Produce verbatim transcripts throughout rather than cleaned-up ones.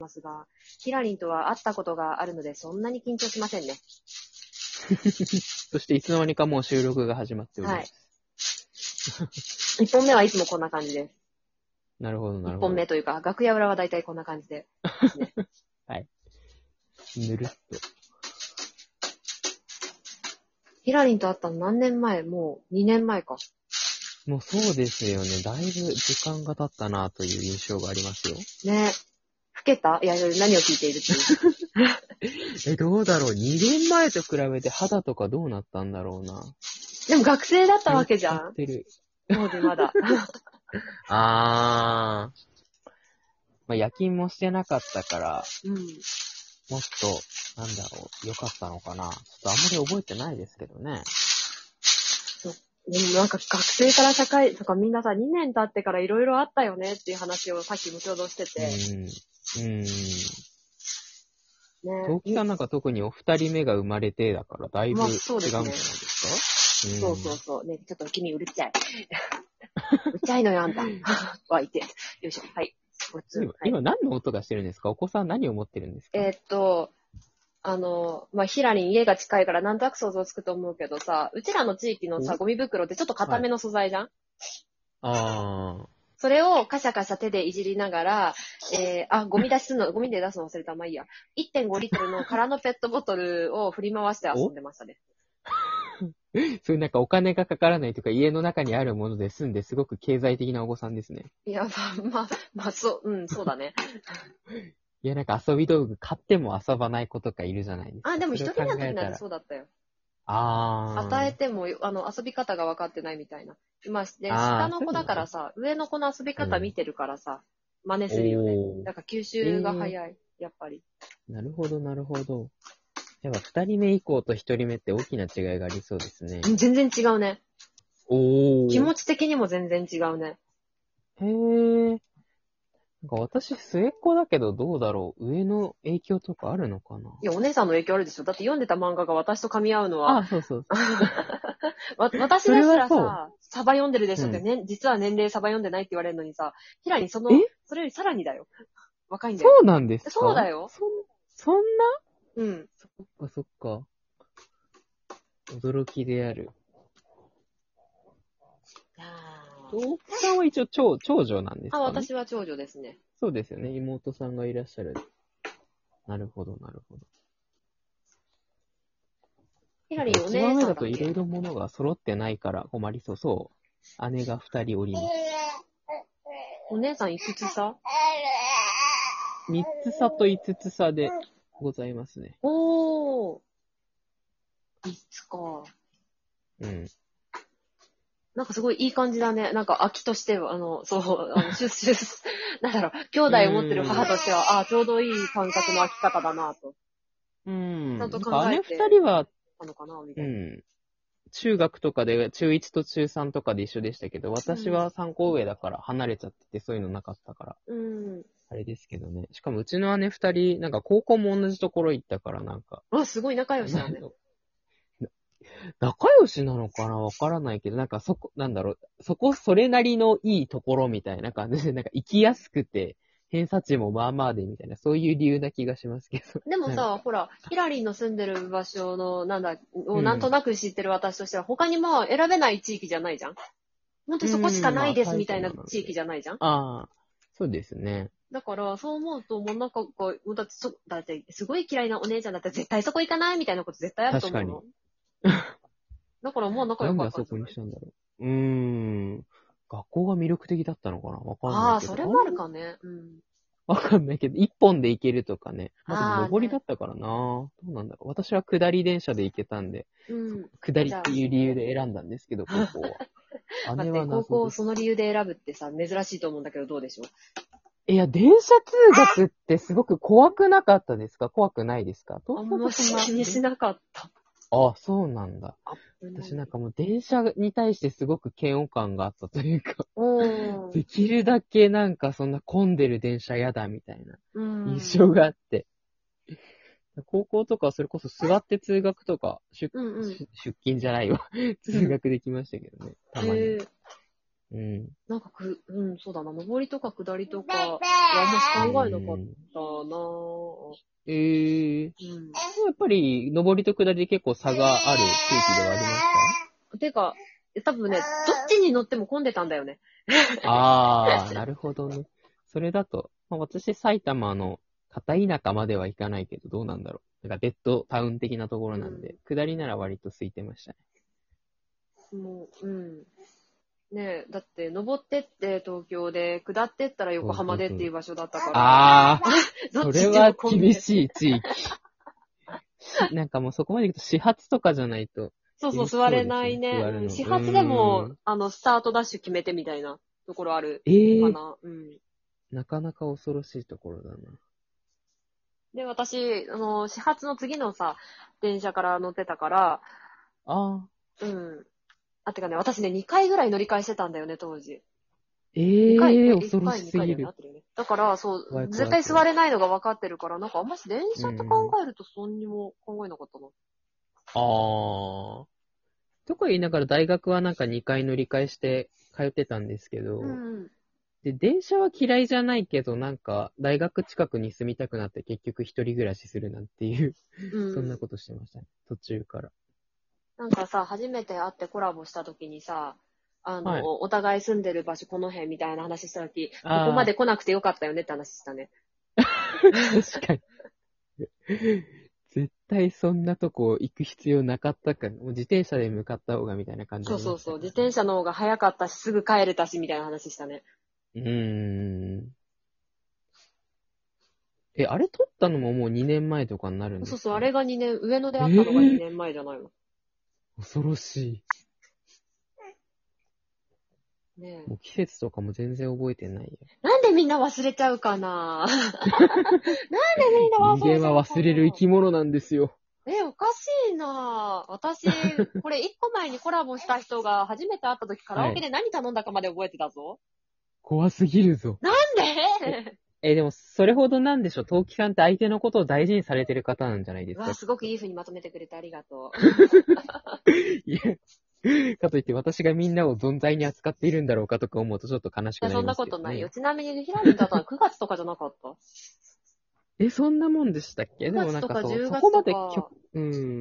ますが、ヒラリンとは会ったことがあるので、そんなに緊張しませんね。 そしていつの間にかもう収録が始まっております。 はい。一本目はいつもこんな感じです。 なるほど、な一るほど。 本目というか、楽屋裏はだいたいこんな感じで、ね。 はい。ぬるっと。 ヒラリンと会ったの何年前？もうにねんまえか。 もうそうですよね。だいぶ時間が経ったなという印象がありますよ。 ね。老けた？いや、何を聞いているっていう。 え、どうだろう。にねんまえと比べて肌とかどうなったんだろうな。 でも学生だったわけじゃん。 てる当時まだ。 あー。まあ、夜勤もしてなかったから、 うん。 もっと、なんだろう、良かったのかな。ちょっとあんまり覚えてないですけどね。 でもなんか学生から社会とかみんなさ、にねん経ってからいろいろあったよねっていう話をさっきもちょうどしてて。 うん。うん。 ね。 トウキさんなんか特にお二人目が生まれてだからだいぶ違うんじゃないですか、 まあ、そうそうそう。ね、ちょっと君うるっちゃい。うっちゃいのよ、あんた。わ、いて。よいしょ。はい。 今、 はい、 今何の音がしてるんですか？お子さん何を持ってるんですか？ えー、っと、あの、まあ、ヒラリン家が近いからなんとなく想像つくと思うけどさ、うちらの地域のさ、ゴミ袋ってちょっと硬めの素材じゃん、はい、 ああ。 それをカシャカシャ手でいじりながら、えー、あ、ゴミ出しするの、ゴミで出すの忘れた。まあいいや。いってんごリットルの空のペットボトルを振り回して遊んでましたね。 そういうなんかお金がかからないとか家の中にあるもので済んですごく経済的なお子さんですね。 いや、まあ、まあ、まあ、そう、うん、そうだね。 いや、なんか遊び道具買っても遊ばない子とかいるじゃないですか。 あ、でも一人の時なんてそれを考えたらそうだったよ。 ああ。 与えても、あの、遊び方が分かってないみたいな。まあ、で、 あー下の子だからさ、上の子の遊び方見てるからさ、真似するよね。 おーだから吸収が早い、やっぱり。 なるほど、なるほど。やっぱ二人目以降と一人目って大きな違いがありそうですね。 全然違うね。 おー。 気持ち的にも全然違うね。 へー。なんか私末っ子だけどどうだろう。上の影響とかあるのかな。 いや、お姉さんの影響あるでしょ。だって読んでた漫画が私と噛み合うのは、 あ、そうそう。 わ私ですらそれはさ、サバ読んでるでしょって、 うんね、実は年齢サバ読んでないって言われるのにさ、ヒラにその、 えそれよりさらにだよ。若いんだよ。 そうなんですか？ そうだよ。 そん、そんなうん。 そっかそっか。驚きである。大木さんは一応長、長女なんですあ、 かね？ 私は長女ですね。 そうですよね。妹さんがいらっしゃる。なるほど、なるほど。 ヒラリンお一番上だ姉さんだっけ？ といろいろものが揃ってないから困りそう。そう。姉が二人おります。 お姉さんいくつ差？ 三つ差と五つ差でございますね。 おー。いつか。 うん。 なんかすごいいい感じだね。なんか秋としては、あの、そう、あの、シュッシュッ、なんだろう、兄弟を持ってる母としては、ああ、ちょうどいい感覚の秋方だなと。 うん。 ちゃんと考なんか姉えて二人は、 たのかな、みうたいな。 ん。中学とかで、中いちと中さんとかで一緒でしたけど、私はさんこ上だから離れちゃってて、そういうのなかったから。 うん。 あれですけどね。しかもうちの姉二人、なんか高校も同じところ行ったから、なんか。 あ、すごい仲良しだね。 仲良しなのかなわからないけど、なんかそこ、なんだろう、そこそれなりのいいところみたいな感じで、なんか生きやすくて、偏差値もまあまあでみたいな、そういう理由な気がしますけど。 でもさ、ほら、ヒラリンの住んでる場所の、なんだ、をなんとなく知ってる私としては、他にも選べない地域じゃないじゃん。本当にそこしかないですみたいな地域じゃないじゃん。 ああ、そうですね。 だから、そう思うと、もうなんかこう、だってそ、だって、すごい嫌いなお姉ちゃんだったら絶対そこ行かないみたいなこと絶対あると思うの。だからもう仲なんであそ良かったんじゃない？ こにしたんだろう。うーん。学校が魅力的だったのかなわかんないけど。 ああ、それもあるかね。うん。 わかんないけど、一本で行けるとかね。まあ、でも上りあーねだったからな。どうなんだろう。私は下り電車で行けたんで、 うん。 下りっていう理由で選んだんですけど、高校は。 待って、 姉は高校を謎です。 その理由で選ぶってさ、珍しいと思うんだけど、どうでしょう？ いや、電車通学ってすごく怖くなかったですか？怖くないですか？ あんまし気にしなかった。 あ、そうなんだ。 危ない私なんかもう電車に対してすごく嫌悪感があったというか、 うん。 できるだけなんかそんな混んでる電車嫌だみたいなうん。 印象があって。高校とかそれこそ座って通学とか、出うんうん。 出勤じゃないわ。通学できましたけどね。たまに。 へえ。 うん。 なんかく、うん、そうだな。上りとか下りとかはあんまし考えなかったなぁ。 えー。 うん。 やっぱり、上りと下りで結構差がある地域ではありましたか、多分ね、どっちに乗っても混んでたんだよね。 あー、なるほどね。それだと、まあ、私、埼玉の片田舎までは行かないけど、どうなんだろう。なんかベッドタウン的なところなんで、下りなら割と空いてましたね。 もう、うん。ねえ、だって、登ってって東京で、下ってったら横浜でっていう場所だったから。 あー、 どそっちれはでも混んで厳しい地域。なんかもうそこまで行くと始発とかじゃないと。 そうそう、座れないね。 座るのうん始発でもうーん、 あの、スタートダッシュ決めてみたいなところあるええー、 かな。うん。 なかなか恐ろしいところだな。 で、私、あの、始発の次のさ、電車から乗ってたから、 ああ、 うん。あ、てかね、私ね、にかいぐらい乗り換えしてたんだよね、当時。 えにかい、 えー、 え、1 恐ろ回、にかいだよね、合しすぎる。 ってるよね。だから、そう、 怖い怖絶対い怖い。 座れないのが分かってるから、なんかあんまし電車と考うん。 えるとそんにも考えなかったな。 ああ。とか言いながら大学はなんかにかい乗り換えして通ってたんですけど、 うん。 で、電車は嫌いじゃないけど、なんか大学近くに住みたくなって結局一人暮らしするなんていう、 うん。 そんなことしてましたね。途中から。 なんかさ、初めて会ってコラボした時にさ、あの、 はい。 お互い住んでる場所この辺みたいな話した時、ここまあで来なくてよかったよねって話したね。 あ、確かに。絶対そんなとこ行く必要なかったか、もう自転車で向かった方がみたいな感じありそうそうそう。 ましたからね。 自転車の方が早かったし、すぐ帰れたし、みたいな話したね。 うーん。え、あれ撮ったのももうにねんまえとかになるんそうそう、あですか？ れがにねん、上野でえ会ったのがー、 にねんまえじゃないの。 恐ろしねい。もう季節とかも全然覚えてないよ。 え。なんでみんな忘れちゃうかななんでみんな忘れ人間はちゃうかな忘れる生き物なんですよ。 え、おかしいな私、これいっこまえにコラボした人が初めて会った時カラオケで何頼んだかまで覚えてたぞ。 怖すぎるぞ。 なんでえ、でも、それほどなんでしょう、トウキさんって相手のことを大事にされてる方なんじゃないですか。 うわ、すごくいい風にまとめてくれてありがといや、かといって私がみんなを存在に扱っているんだろうかとか思うとちょっと悲しう。いや、そんなくなりますけどことないよ。 ね。 ちなみに、ヒラリンだったのくがつとかじゃなかったえ、そんなもんでしたっけ？ ?くでも月とかなんかそう、 10 そこまで月とか極、、うん、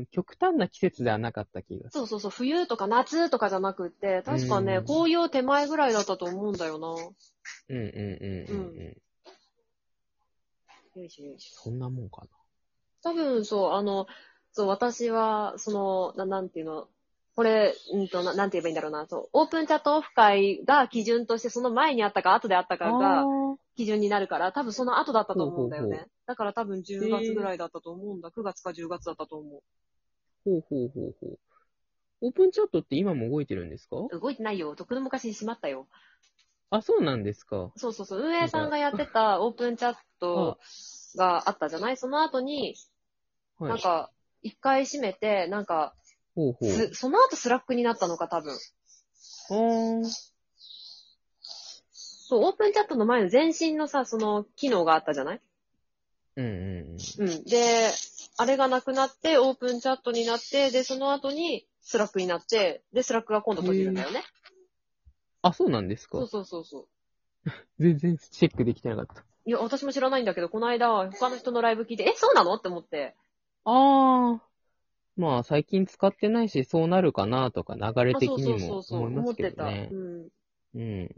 極端な季節ではなかった気がすそうそうそう、冬とか夏とかじゃなくって、確かね、 うん紅葉手前ぐらいだったと思うんだよな。 る。うんうんうんうんうん。 よいしょよいしょ。 そんなもんかな。 多分、そう、あの、そう、私は、その、ななんていうの、これ、うんとな、なんて言えばいいんだろうな、そう、オープンチャットオフ会が基準として、その前にあったか後であったあかがー、 基準になるから、多分その後だったと思うんだよね。 ほうほうほうだから多分じゅうがつぐらいだったと思うんだ。くがつかじゅうがつだったと思ほうほうほうほう。オープンチャットって今も動いてるんですか？ う。動いてないよ。とっくの昔にしまったよ。 あ、そうなんですか。 そうそうそう。運営さんがやってたオープンチャットあ、 があったじゃない？その後に、 はい。 なんか、一回閉めて、なんか、 ほうほう。 す、その後スラックになったのか、多分。 あー。 そう、オープンチャットの前の前身のさ、その機能があったじゃない？ うんうんうん。で、あれがなくなって、オープンチャットになって、で、その後にスラックになって、で、スラックが今度閉じるんだよね。 あ、そうなんですか。 そうそうそうそう。 全然チェックできてなかった。 いや、私も知らないんだけど、この間、他の人のライブ聞いて、え、そうなのって思って。 あー。まあ、最近使ってないし、そうなるかなとか、流れあ、そうそ的にうそうそう、 も思います思ってた。 けどねう。ん。 うん。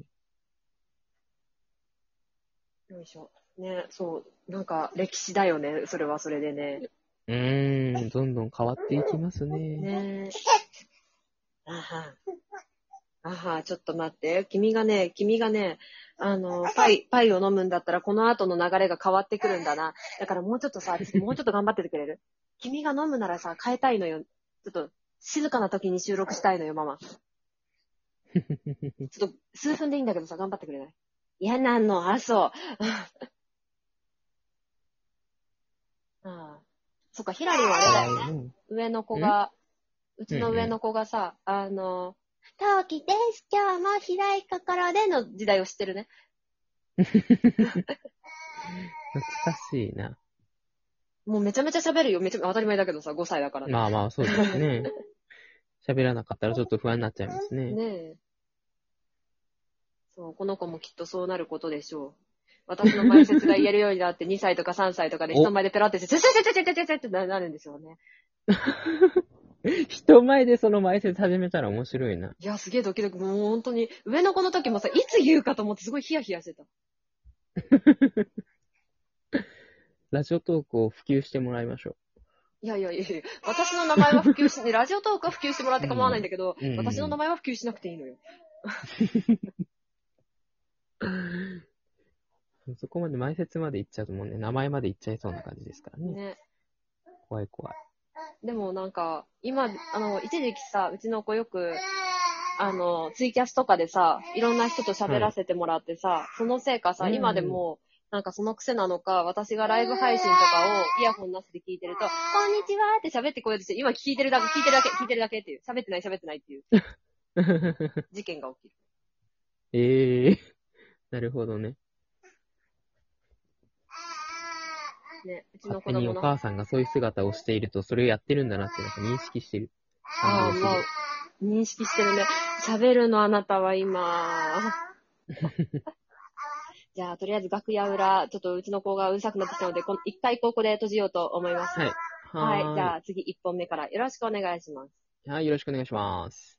よいしょ。ね、そう、なんか歴史だよね、それはそれでね。 うーん、どんどん変わっていきますね。 ねえ。あは。あは、ちょっと待って。君がね、君がね、あの、パイ、パイを飲むんだったら、この後の流れが変わってくるんだな。だからもうちょっとさ、もうちょっと頑張っててくれる？君が飲むならさ、変えたいのよ。ちょっと、静かな時に収録したいのよ、ママ。ちょっと、数分でいいんだけどさ、頑張ってくれない？嫌なの、あ、そう。ああ。そっか、ヒラリンはあれだよね。 うん上の子が、うちの上の子がさ、あの、トウキです。今日も平井からでの時代を知ってるね。 懐かしいな。 もうめちゃめちゃ喋るよ。めちゃ当たり前だけどさ、ごさいだからね。 まあまあ、そうですね。喋らなかったらちょっと不安になっちゃいますね。 ねえ。 そう、この子もきっとそうなることでしょう。私の前説が言えるようになってにさいとかさんさいとかで人前でペラってして、ちゃちゃちゃちゃちゃちゃちゃってなるんですよね。 人前でその前説始めたら面白いな。 いや、すげえドキドキ。もう本当に、上の子の時もさ、いつ言うかと思ってすごいヒヤヒヤしてた。 ラジオトークを普及してもらいましょいやいやいやいや、私の名前は普及し、ね、ラジオトークは普及してもらって構わないんだけど、 うんうん私の名前は普及しなくていいのよ。 う。そこまで前説まで行っちゃうともうね、名前まで行っちゃいそうな感じですからね。 ね。 怖い怖い。 でもなんか、今、あの、一時期さ、うちの子よく、あの、ツイキャスとかでさ、いろんな人と喋らせてもらってさ、そのせいかさ、 うん今でも、なんかその癖なのか、私がライブ配信とかをイヤホンなしで聞いてると、こんにちはーって喋ってこようとして、今聞いてるだけ、聞いてるだけ、聞いてるだけっていう、喋ってない喋ってないっていう事件が起きる。 ええー、なるほどね。 ね、うちの勝手に子供の。 お母さんがそういう姿をしていると、それをやってるんだなってなんか認識してる。 ああ、もう、認識してるね。喋るのあなたは今。じゃあ、とりあえず楽屋裏、ちょっとうちの子がうるさくなってきたので、この一回ここで閉じようと思います。 はい。 はい。 はーい。 じゃあ次一本目からよろしくお願いします。 はい、よろしくお願いします。